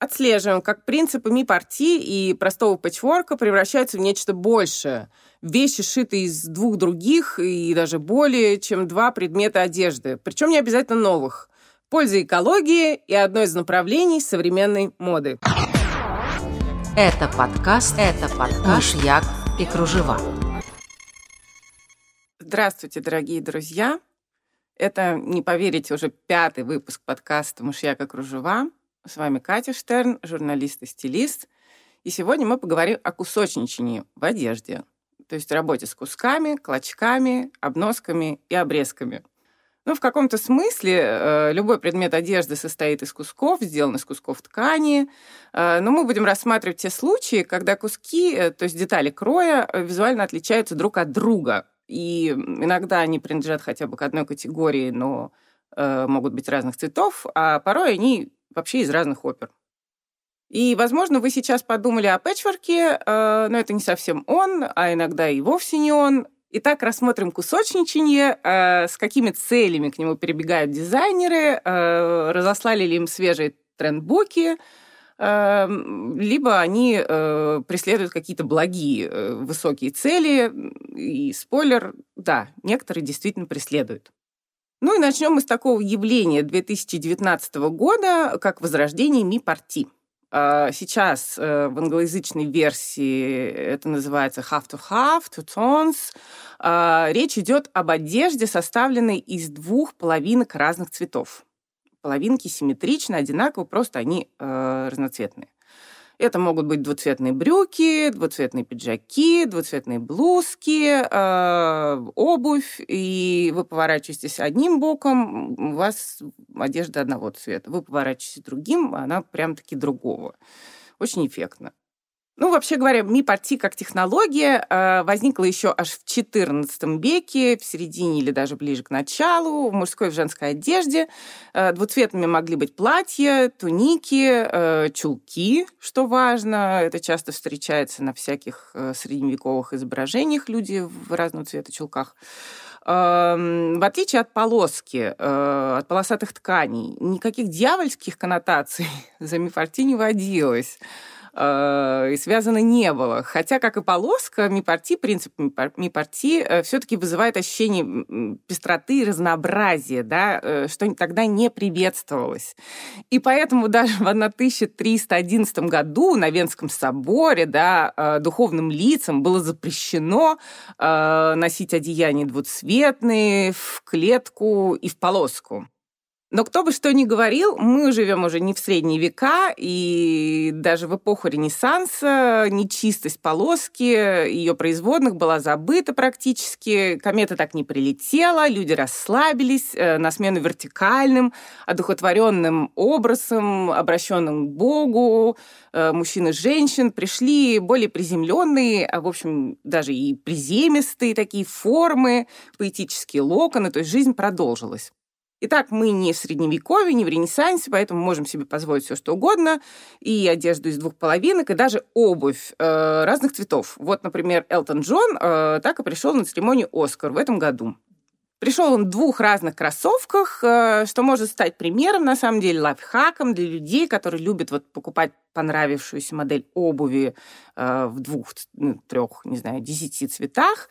Отслеживаем, как принципы ми-парти и простого пэтчворка превращаются в нечто большее. Вещи, сшитые из двух других и даже более чем два предмета одежды. Причем не обязательно новых. Польза экологии и одно из направлений современной моды. Это подкаст «Мышьяк и кружева». Здравствуйте, дорогие друзья. Это, не поверите, уже 5-й выпуск подкаста «Мышьяк и кружева». С вами Катя Штерн, журналист и стилист. И сегодня мы поговорим о кусочничании в одежде. То есть работе с кусками, клочками, обносками и обрезками. В каком-то смысле любой предмет одежды состоит из кусков, сделан из кусков ткани. Но мы будем рассматривать те случаи, когда куски, то есть детали кроя, визуально отличаются друг от друга. И иногда они принадлежат хотя бы к одной категории, но могут быть разных цветов, а порой они вообще из разных опер. И, возможно, вы сейчас подумали о пэтчворке, но это не совсем он, а иногда и вовсе не он. Итак, рассмотрим кусочничание, с какими целями к нему перебегают дизайнеры, разослали ли им свежие трендбуки, либо они преследуют какие-то благие, высокие цели. И спойлер, да, некоторые действительно преследуют. И начнем мы с такого явления 2019 года, как возрождение ми-парти. Сейчас в англоязычной версии это называется half to half, two tones. Речь идет об одежде, составленной из двух половинок разных цветов. Половинки симметричны, одинаковы, просто они разноцветные. Это могут быть двуцветные брюки, двуцветные пиджаки, двуцветные блузки, обувь. И вы поворачиваетесь одним боком, у вас одежда одного цвета. Вы поворачиваетесь другим, она прям-таки другого. Очень эффектно. Вообще говоря, ми-парти как технология возникла еще аж в XIV веке, в середине или даже ближе к началу, в мужской и в женской одежде. Двуцветными могли быть платья, туники, чулки, что важно. Это часто встречается на всяких средневековых изображениях, люди в разного цвета чулках. В отличие от полоски, от полосатых тканей, никаких дьявольских коннотаций за ми-парти не водилось. И связано не было. Хотя, как и полоска, ми-парти, принцип ми-парти все-таки вызывает ощущение пестроты и разнообразия, да, что тогда не приветствовалось. И поэтому даже в 1311 году на Венском соборе, да, духовным лицам было запрещено носить одеяния двуцветные в клетку и в полоску. Но кто бы что ни говорил, мы живем уже не в средние века, и даже в эпоху Ренессанса нечистость полоски, ее производных была забыта практически, комета так не прилетела, люди расслабились, на смену вертикальным, одухотворенным образом, обращенным к Богу, мужчин и женщин, пришли более приземленные, в общем, даже и приземистые такие формы, поэтические локоны, то есть жизнь продолжилась. Итак, мы не в Средневековье, не в Ренессансе, поэтому можем себе позволить все, что угодно, и одежду из двух половинок, и даже обувь разных цветов. Вот, например, Элтон Джон так и пришел на церемонию «Оскар» в этом году. Пришел он в двух разных кроссовках, что может стать примером, на самом деле, лайфхаком для людей, которые любят покупать понравившуюся модель обуви в 2, 3, 10 цветах.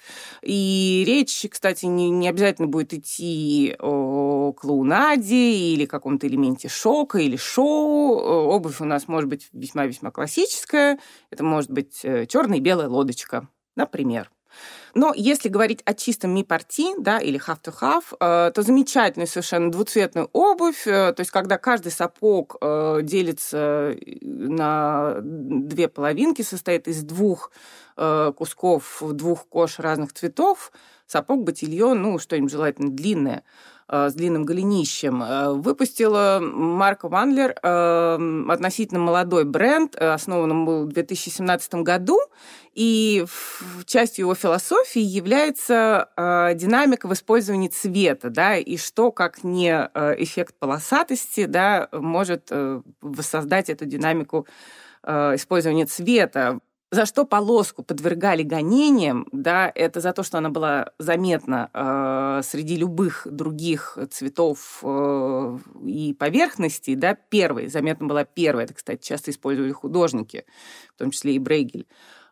И речь, кстати, не обязательно будет идти о клоунаде или каком-то элементе шока или шоу. Обувь у нас может быть весьма-весьма классическая. Это может быть черная и белая лодочка, например. Но если говорить о чистом ми-парти, да, или half to half, то замечательную совершенно двуцветную обувь, то есть когда каждый сапог делится на две половинки, состоит из двух кусков, двух кож разных цветов, сапог, ботильон, что-нибудь желательно длинное, с длинным голенищем, выпустила Марко Вандлер, относительно молодой бренд, основан он был в 2017 году, и частью его философии является динамика в использовании цвета, да, и что, как не эффект полосатости, да, может воссоздать эту динамику использования цвета. За что полоску подвергали гонениям, да, это за то, что она была заметна среди любых других цветов и поверхностей, да, заметна была первой. Это, кстати, часто использовали художники, в том числе и Брейгель.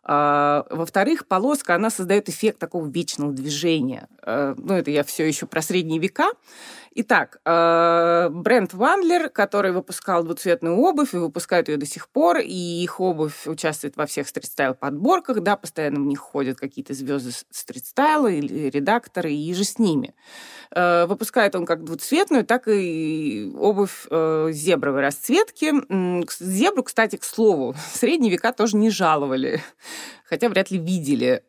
Во-вторых, полоска, она создает эффект такого вечного движения. Это я все еще про средние века. Итак, бренд Wandler, который выпускал двуцветную обувь и выпускает ее до сих пор, и их обувь участвует во всех стрит-стайл-подборках, да, постоянно в них ходят какие-то звезды стрит-стайла или редакторы, и же с ними. Выпускает он как двуцветную, так и обувь зебровой расцветки. Зебру, кстати, к слову, в средние века тоже не жаловали, хотя вряд ли видели.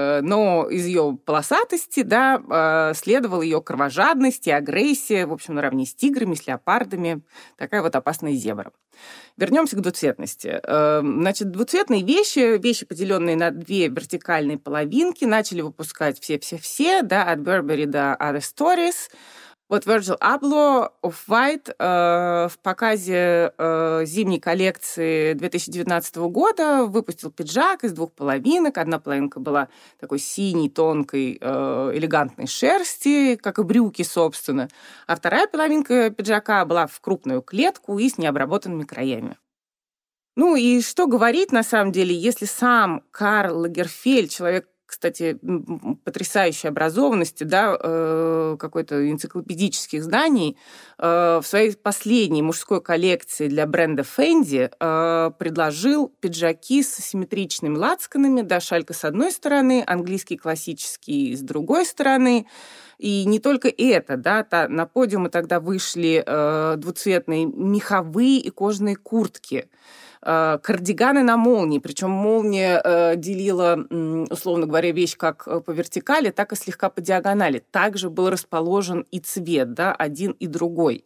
Но из ее полосатости, да, следовала ее кровожадность и агрессия, в общем, наравне с тиграми, с леопардами. Такая вот опасная зебра. Вернемся к двуцветности. Значит, двуцветные вещи, поделенные на две вертикальные половинки, начали выпускать все, да, от Burberry до Other Stories. Вот Virgil Abloh, Off-White в показе зимней коллекции 2019 года выпустил пиджак из двух половинок. Одна половинка была такой синей, тонкой, элегантной шерсти, как и брюки, собственно. А вторая половинка пиджака была в крупную клетку и с необработанными краями. Ну и что говорить, на самом деле, если сам Карл Лагерфельд, человек, кстати, потрясающей образованности, да, какой-то энциклопедических знаний, в своей последней мужской коллекции для бренда Fendi предложил пиджаки с асимметричными лацканами, да, шалька с одной стороны, английский классический с другой стороны. И не только это, да, на подиумы тогда вышли двуцветные меховые и кожаные куртки, кардиганы на молнии, причем молния делила, условно говоря, вещь как по вертикали, так и слегка по диагонали. Также был расположен и цвет, да, один и другой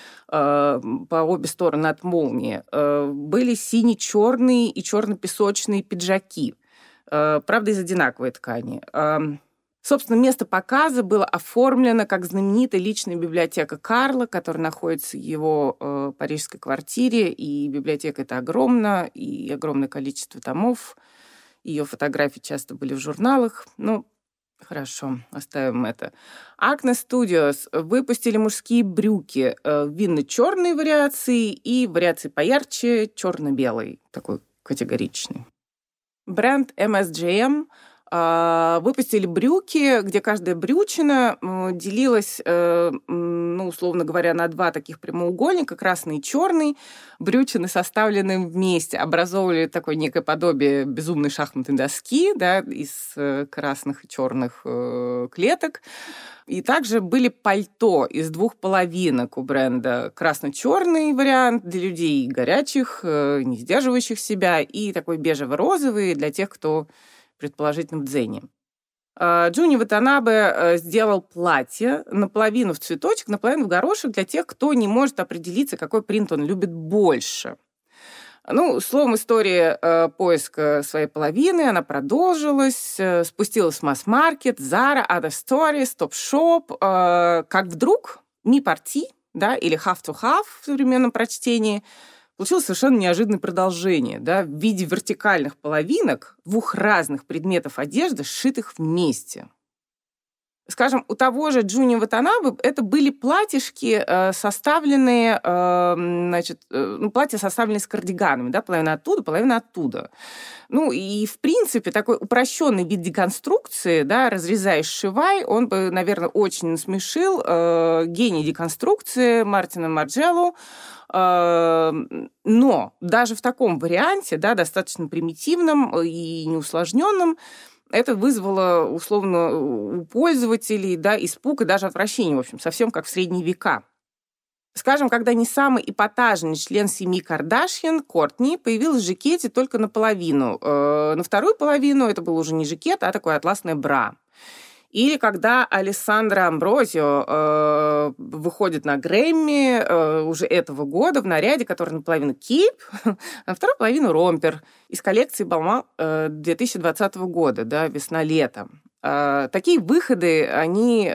по обе стороны от молнии. Были сине-черные и черно-песочные пиджаки, правда, из одинаковой ткани. Собственно, место показа было оформлено как знаменитая личная библиотека Карла, которая находится в его парижской квартире. И библиотека эта огромна, и огромное количество томов. Ее фотографии часто были в журналах. Ну, хорошо, оставим это. Acne Studios выпустили мужские брюки в винно-черной вариации и вариации поярче черно-белой, такой категоричный. Бренд MSGM выпустили брюки, где каждая брючина делилась, условно говоря, на два таких прямоугольника, красный и черный. Брючины, составленные вместе, образовывали такое некое подобие безумной шахматной доски, да, из красных и черных клеток. И также были пальто из двух половинок у бренда. Красно-черный вариант для людей горячих, не сдерживающих себя, и такой бежево-розовый для тех, кто предположительно в дзене. Джуни Ватанабе сделал платье наполовину в цветочек, наполовину в горошек для тех, кто не может определиться, какой принт он любит больше. Ну, словом, история поиска своей половины, она продолжилась, спустилась в масс-маркет, Zara, Other Stories, Topshop, как вдруг Mi-Parti, да, или Have to Have в современном прочтении, получилось совершенно неожиданное продолжение, да, в виде вертикальных половинок двух разных предметов одежды, сшитых вместе. Скажем, у того же Джуни Ватанабе это были платьишки, составленные, платья составленные с кардиганами, да, половина оттуда. Ну, и, в принципе, такой упрощенный вид деконструкции, да, разрезай, сшивай, он бы, наверное, очень насмешил гений деконструкции Мартина Марджелло. Но даже в таком варианте, да, достаточно примитивном и неусложненном, это вызвало, условно, у пользователей, да, испуг и даже отвращение, в общем, совсем как в средние века. Скажем, когда не самый эпатажный член семьи Кардашьян, Кортни, появилась в жакете только наполовину. На вторую половину это был уже не жакет, а такое атласное бра. Или когда Алессандро Амброзио выходит на Грэмми уже этого года в наряде, который наполовину кейп, а на вторую половину ромпер из коллекции Балмак 2020 года, да, весна-лето. Такие выходы, они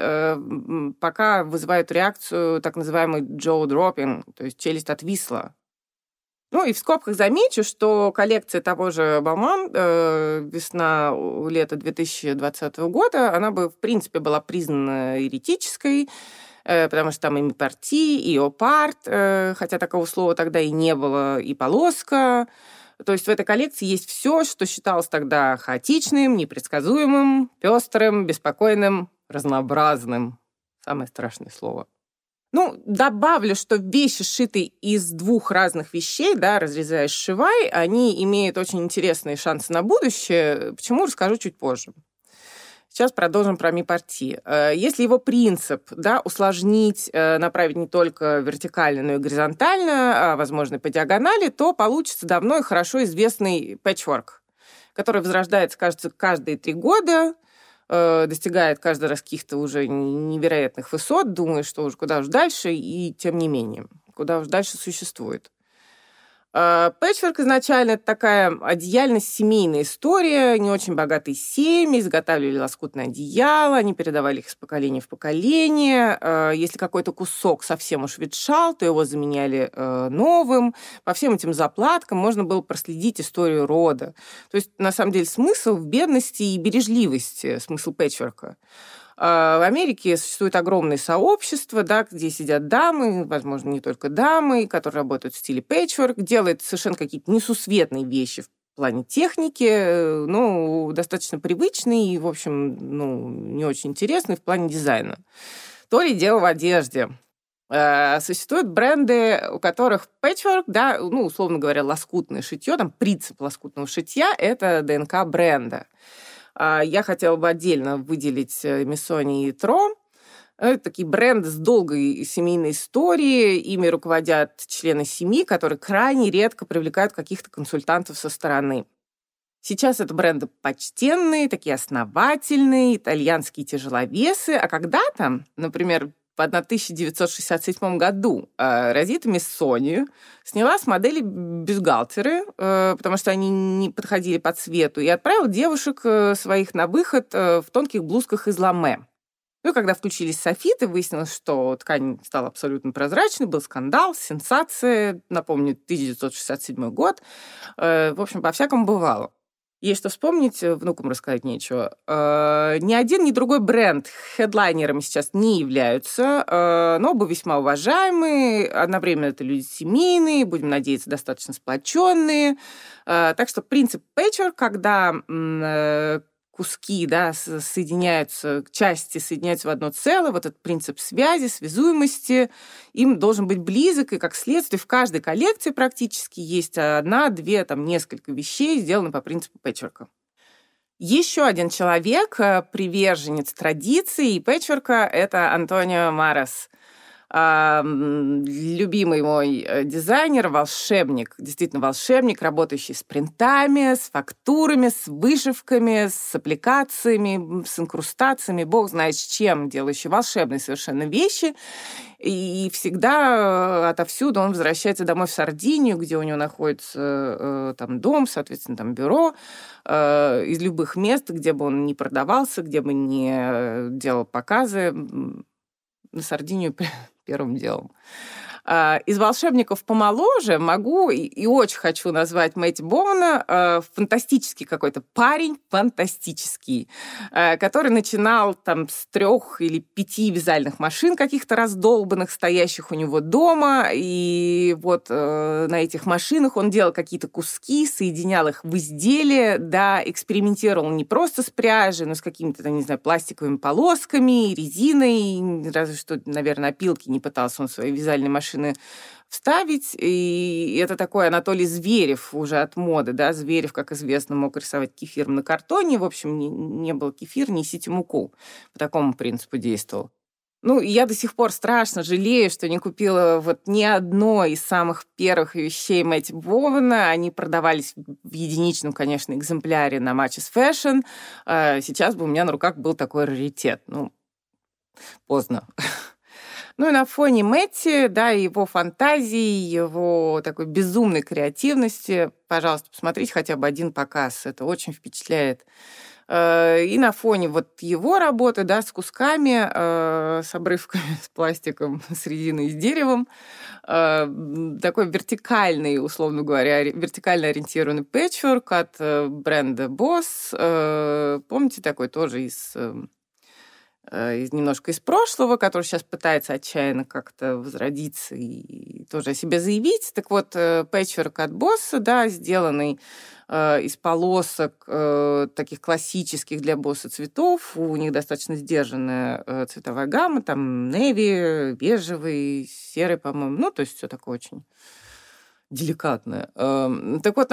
пока вызывают реакцию так называемый jaw dropping, то есть челюсть отвисла. Ну и в скобках замечу, что коллекция того же Балман весна-лето 2020 года, она бы, в принципе, была признана еретической, потому что там и мипарти, и опарт, хотя такого слова тогда и не было, и полоска. То есть в этой коллекции есть все, что считалось тогда хаотичным, непредсказуемым, пестрым, беспокойным, разнообразным. Самое страшное слово. Ну, добавлю, что вещи, сшитые из двух разных вещей, да, разрезая, сшивай, они имеют очень интересные шансы на будущее. Почему, расскажу чуть позже. Сейчас продолжим про мипарти. Если его принцип, да, усложнить, направить не только вертикально, но и горизонтально, а, возможно, и по диагонали, то получится давно и хорошо известный пэтчворк, который возрождается, кажется, каждые 3 года, достигает каждый раз каких-то уже невероятных высот, думаю, что уж куда уж дальше, и тем не менее, куда уж дальше существует. Пэтчворк изначально это такая одеяльно-семейная история, не очень богатые семьи изготавливали лоскутные одеяла, они передавали их из поколения в поколение. Если какой-то кусок совсем уж ветшал, то его заменяли новым. По всем этим заплаткам можно было проследить историю рода. То есть, на самом деле, смысл в бедности и бережливости, смысл пэтчворка. В Америке существует огромное сообщество, да, где сидят дамы, возможно, не только дамы, которые работают в стиле пэтчворк, делают совершенно какие-то несусветные вещи в плане техники, ну, достаточно привычные и, в общем, ну, не очень интересные в плане дизайна. То ли дело в одежде. Существуют бренды, у которых пэтчворк, да, ну, условно говоря, лоскутное шитье, там принцип лоскутного шитья – это ДНК бренда. Я хотела бы отдельно выделить Missoni и Tro. Это такие бренды с долгой семейной историей. Ими руководят члены семьи, которые крайне редко привлекают каких-то консультантов со стороны. Сейчас это бренды почтенные, такие основательные, итальянские тяжеловесы. А когда-то, например, в 1967 году Розита Missoni сняла с модели бюстгальтеры, потому что они не подходили по цвету, и отправила девушек своих на выход в тонких блузках из ламе. Ну и когда включились софиты, выяснилось, что ткань стала абсолютно прозрачной, был скандал, сенсация, напомню, 1967 год. В общем, по-всякому бывало. Есть что вспомнить, внукам рассказать нечего. Ни один, ни другой бренд хедлайнерами сейчас не являются, но оба весьма уважаемые, одновременно это люди семейные, будем надеяться, достаточно сплоченные. Так что принцип пэтчворк, когда куски, да, соединяются, части соединяются в одно целое, вот этот принцип связи, связуемости, им должен быть близок, и как следствие в каждой коллекции практически есть 1, 2, там несколько вещей, сделаны по принципу пэтчворка. Еще один человек, приверженец традиций и пэтчворка, это Антонио Марас. Любимый мой дизайнер, волшебник, действительно волшебник, работающий с принтами, с фактурами, с вышивками, с аппликациями, с инкрустациями, бог знает с чем, делающий волшебные совершенно вещи. И всегда отовсюду он возвращается домой в Сардинию, где у него находится там дом, соответственно, там бюро, из любых мест, где бы он ни продавался, где бы ни делал показы, на Сардинию первым делом. Из волшебников помоложе могу и очень хочу назвать Мэтти Боуэна, фантастический какой-то парень, фантастический, который начинал там с 3 или 5 вязальных машин каких-то раздолбанных, стоящих у него дома, и вот на этих машинах он делал какие-то куски, соединял их в изделия, да, экспериментировал не просто с пряжей, но с какими-то, не знаю, пластиковыми полосками, резиной, разве что, наверное, опилки не пытался он свои вязальные машины вставить, и это такой Анатолий Зверев уже от моды, да, Зверев, как известно, мог рисовать кефир на картоне, в общем, не был кефир, несите муку, по такому принципу действовал. Ну, я до сих пор страшно жалею, что не купила вот ни одной из самых первых вещей Мэтти Боуэна. Они продавались в единичном, конечно, экземпляре на Matches Fashion. Сейчас бы у меня на руках был такой раритет. Ну, поздно. Ну и на фоне Мэтти, да, его фантазии, его такой безумной креативности, пожалуйста, посмотрите хотя бы один показ. Это очень впечатляет. И на фоне вот его работы, да, с кусками, с обрывками, с пластиком, с резиной, с деревом, такой вертикальный, условно говоря, вертикально ориентированный пэтчворк от бренда Boss. Помните, такой тоже немножко из прошлого, который сейчас пытается отчаянно как-то возродиться и тоже о себе заявить. Так вот, пэтчворк от Босса, да, сделанный из полосок таких классических для Босса цветов. У них достаточно сдержанная цветовая гамма, там неви, бежевый, серый, по-моему. Ну, то есть все такое очень деликатное. Так вот,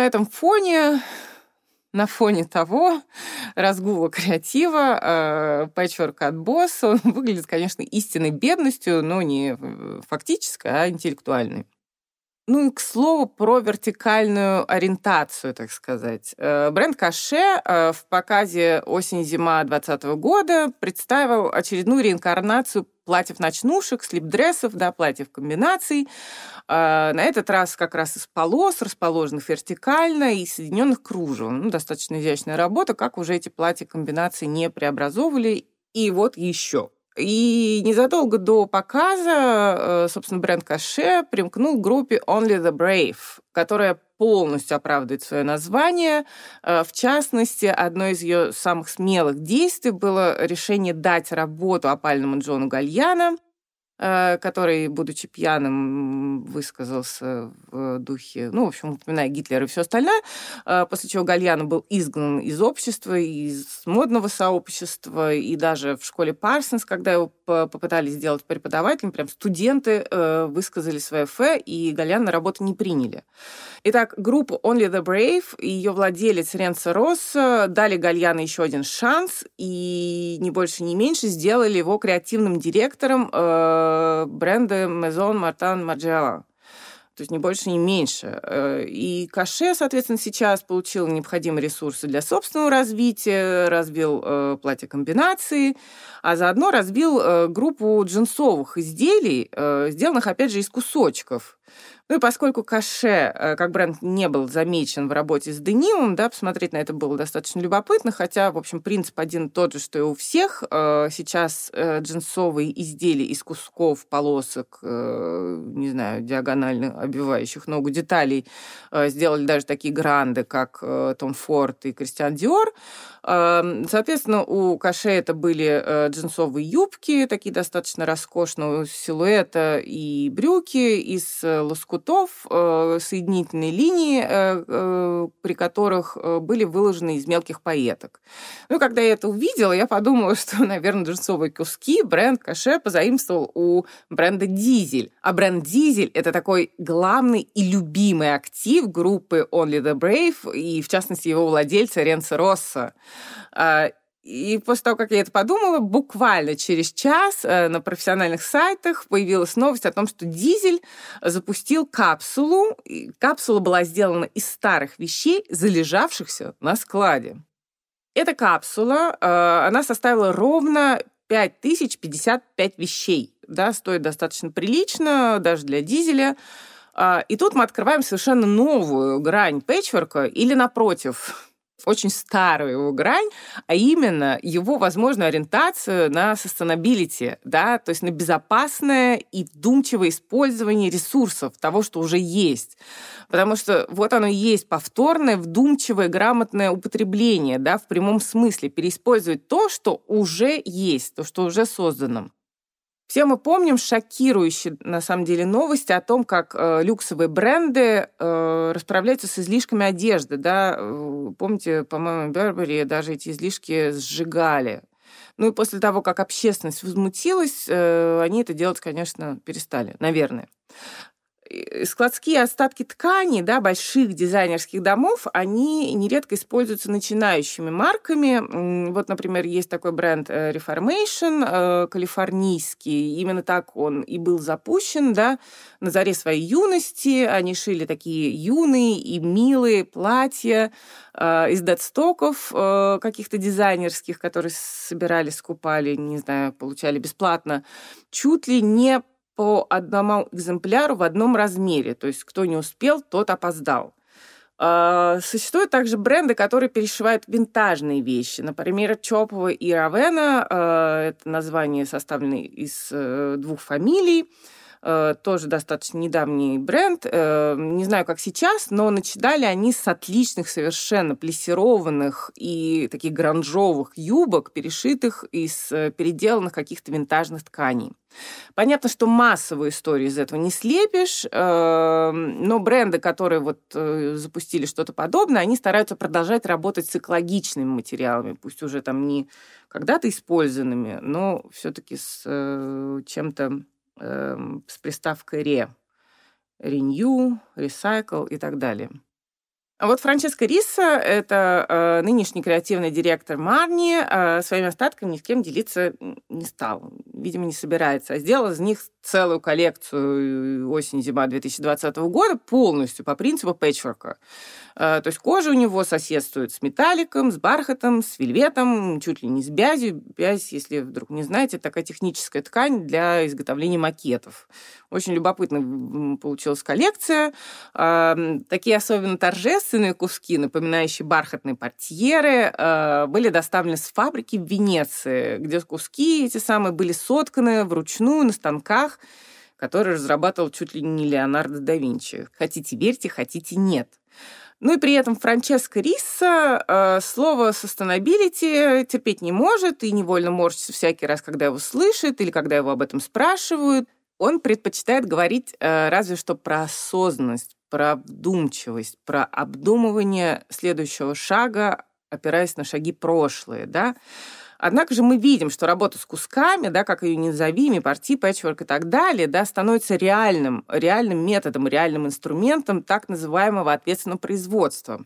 на фоне того разгула креатива пэтчворк от Босса, он выглядит, конечно, истинной бедностью, но не фактической, а интеллектуальной. Ну и, к слову, про вертикальную ориентацию, так сказать. Бренд Каше в показе «Осень-зима» 2020 года представил очередную реинкарнацию платьев-ночнушек, слип-дрессов, да, платьев-комбинаций. На этот раз как раз из полос, расположенных вертикально и соединенных кружевом. Ну, достаточно изящная работа, как уже эти платья-комбинации не преобразовывали. И вот еще. И незадолго до показа, собственно, бренд Каше примкнул к группе Only the Brave, которая полностью оправдывает свое название. В частности, одно из ее самых смелых действий было решение дать работу опальному Джону Гальяно, который, будучи пьяным, высказался в духе, ну, в общем, упоминая Гитлера и все остальное, после чего Гальяно был изгнан из общества, из модного сообщества, и даже в школе Парсонс, когда его попытались сделать преподавателем, прям студенты высказали свое фе, и Гальяно на работу не приняли. Итак, группа Only the Brave и ее владелец Ренцо Россо дали Гальяно еще один шанс, и ни больше, ни меньше сделали его креативным директором бренда Maison Martin Margiela. То есть ни больше, ни меньше. И Каше, соответственно, сейчас получил необходимые ресурсы для собственного развития, развил платье-комбинации, а заодно развил группу джинсовых изделий, сделанных, опять же, из кусочков. Ну и поскольку Каше, как бренд, не был замечен в работе с денимом, да, посмотреть на это было достаточно любопытно, хотя, в общем, принцип один и тот же, что и у всех. Сейчас джинсовые изделия из кусков, полосок, не знаю, диагонально обвивающих ногу деталей сделали даже такие гранды, как Том Форд и Кристиан Диор. Соответственно, у Каше это были джинсовые юбки, такие достаточно роскошного силуэта, и брюки из лоскутов, соединительные линии, при которых были выложены из мелких пайеток. Ну, когда я это увидела, я подумала, что, наверное, джинсовые куски бренд Каше позаимствовал у бренда Дизель. А бренд Дизель — это такой главный и любимый актив группы Only the Brave, и, в частности, его владельца Ренцо Россо. И после того, как я это подумала, буквально через час на профессиональных сайтах появилась новость о том, что Дизель запустил капсулу. И капсула была сделана из старых вещей, залежавшихся на складе. Эта капсула, она составила ровно 5055 вещей. Да, стоит достаточно прилично, даже для Дизеля. И тут мы открываем совершенно новую грань пэтчворка, или, напротив, очень старую его грань, а именно его возможную ориентацию на sustainability, да, то есть на безопасное и вдумчивое использование ресурсов, того, что уже есть. Потому что вот оно и есть повторное, вдумчивое, грамотное употребление, да, в прямом смысле, переиспользовать то, что уже есть, то, что уже создано. Все мы помним шокирующие, на самом деле, новости о том, как люксовые бренды расправляются с излишками одежды. Да? Помните, по-моему, Burberry даже эти излишки сжигали. Ну и после того, как общественность возмутилась, они это делать, конечно, перестали, наверное. Складские остатки ткани, да, больших дизайнерских домов, они нередко используются начинающими марками. Вот, например, есть такой бренд Reformation, калифорнийский. Именно так он и был запущен, да, на заре своей юности. Они шили такие юные и милые платья из дедстоков каких-то дизайнерских, которые собирали, скупали, не знаю, получали бесплатно. Чуть ли не по одному экземпляру в одном размере. То есть кто не успел, тот опоздал. Существуют также бренды, которые перешивают винтажные вещи. Например, Чопова и Равена. Это названия составлены из двух фамилий. Тоже достаточно недавний бренд. Не знаю, как сейчас, но начинали они с отличных, совершенно плессированных и таких гранжовых юбок, перешитых из переделанных каких-то винтажных тканей. Понятно, что массовую историю из этого не слепишь, но бренды, которые вот запустили что-то подобное, они стараются продолжать работать с экологичными материалами, пусть уже там не когда-то использованными, но все-таки с чем-то, с приставкой «ре». Renew, Recycle и так далее. А вот Франческо Риссо, это нынешний креативный директор Марни, своими остатками ни с кем делиться не стал. Видимо, не собирается. А сделал из них целую коллекцию осень-зима 2020 года полностью по принципу пэтчворка. То есть кожа у него соседствует с металликом, с бархатом, с вельветом, чуть ли не с бязью. Бязь, если вдруг не знаете, такая техническая ткань для изготовления макетов. Очень любопытно получилась коллекция. Такие особенно торжественные куски, напоминающие бархатные портьеры, были доставлены с фабрики в Венеции, где куски эти самые были сотканы вручную на станках, которые разрабатывал чуть ли не Леонардо да Винчи. Хотите верьте, хотите нет. Ну и при этом Франческо Риссо слово sustainability терпеть не может и невольно морщится всякий раз, когда его слышит или когда его об этом спрашивают. Он предпочитает говорить разве что про осознанность, про вдумчивость, про обдумывание следующего шага, опираясь на шаги прошлые, да. Однако же мы видим, что работа с кусками, да, как ее ни назови, мипарти, пэтчворк и так далее, да, становится реальным методом, реальным инструментом так называемого ответственного производства.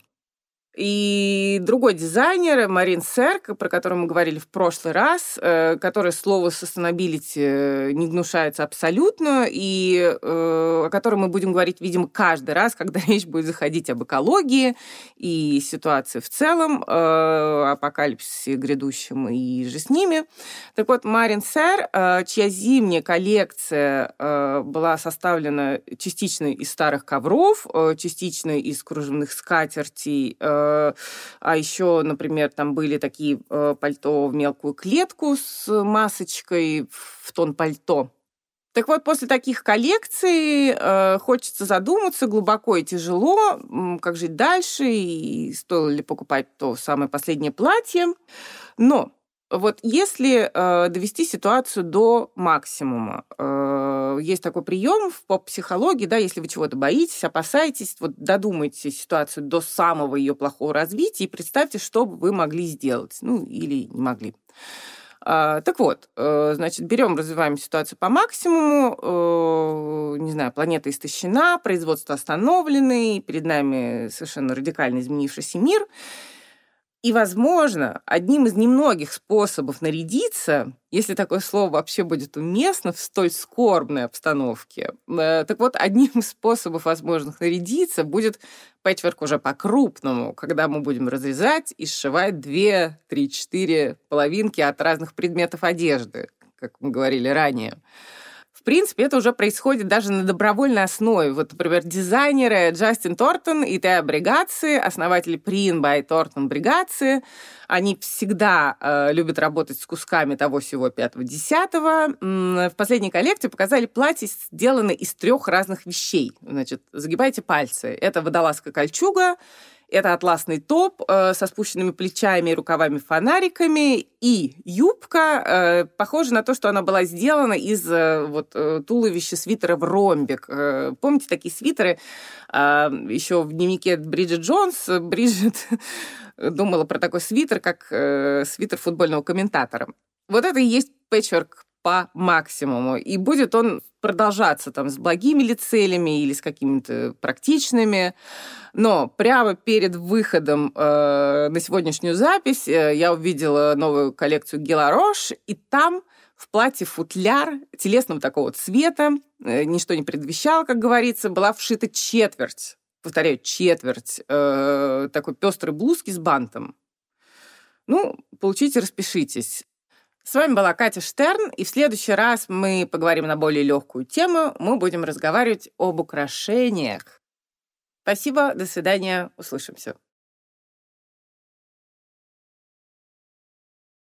И другой дизайнер, Марин Серк, про которого мы говорили в прошлый раз, который слово sustainability не гнушается абсолютно, и о котором мы будем говорить, видимо, каждый раз, когда речь будет заходить об экологии и ситуации в целом, апокалипсисе грядущем и же с ними. Так вот, Марин Серк, чья зимняя коллекция была составлена частично из старых ковров, частично из кружевных скатертей, а еще, например, там были такие пальто в мелкую клетку с масочкой в тон пальто. Так вот, после таких коллекций хочется задуматься глубоко и тяжело, как жить дальше, и стоило ли покупать то самое последнее платье. Но вот если довести ситуацию до максимума, есть такой прием в поп-психологии, да, если вы чего-то боитесь, опасаетесь, вот додумайте ситуацию до самого ее плохого развития и представьте, что бы вы могли сделать, ну, или не могли. Так вот, значит, берем, развиваем ситуацию по максимуму, не знаю, планета истощена, производство остановлено, перед нами совершенно радикально изменившийся мир. И, возможно, одним из немногих способов нарядиться, если такое слово вообще будет уместно в столь скорбной обстановке, так вот, одним из способов возможных нарядиться будет пэтчворк уже по-крупному, когда мы будем разрезать и сшивать 2, 3, 4 половинки от разных предметов одежды, как мы говорили ранее. В принципе, это уже происходит даже на добровольной основе. Вот, например, дизайнеры Джастин Тортон и Теа Бригаци, основатели Print by Thornton Brigazzi, они всегда любят работать с кусками того-сего 5-10. В последней коллекции показали платье, сделанное из 3 разных вещей. Значит, загибайте пальцы. Это водолазка кольчуга, это атласный топ со спущенными плечами и рукавами-фонариками, и юбка, похожа на то, что она была сделана из туловища свитера в ромбик. Помните такие свитеры? Еще в дневнике Бриджит Джонс Бриджит думала про такой свитер, как свитер футбольного комментатора. Вот это и есть пэтчворк по максимуму. И будет он продолжаться там с благими ли целями или с какими-то практичными. Но прямо перед выходом на сегодняшнюю запись я увидела новую коллекцию Гела Рош, и там в платье-футляр телесного такого цвета, ничто не предвещало, как говорится, была вшита четверть, повторяю, четверть такой пестрой блузки с бантом. Ну, получите, распишитесь. С вами была Катя Штерн, и в следующий раз мы поговорим на более легкую тему. Мы будем разговаривать об украшениях. Спасибо, до свидания, услышимся.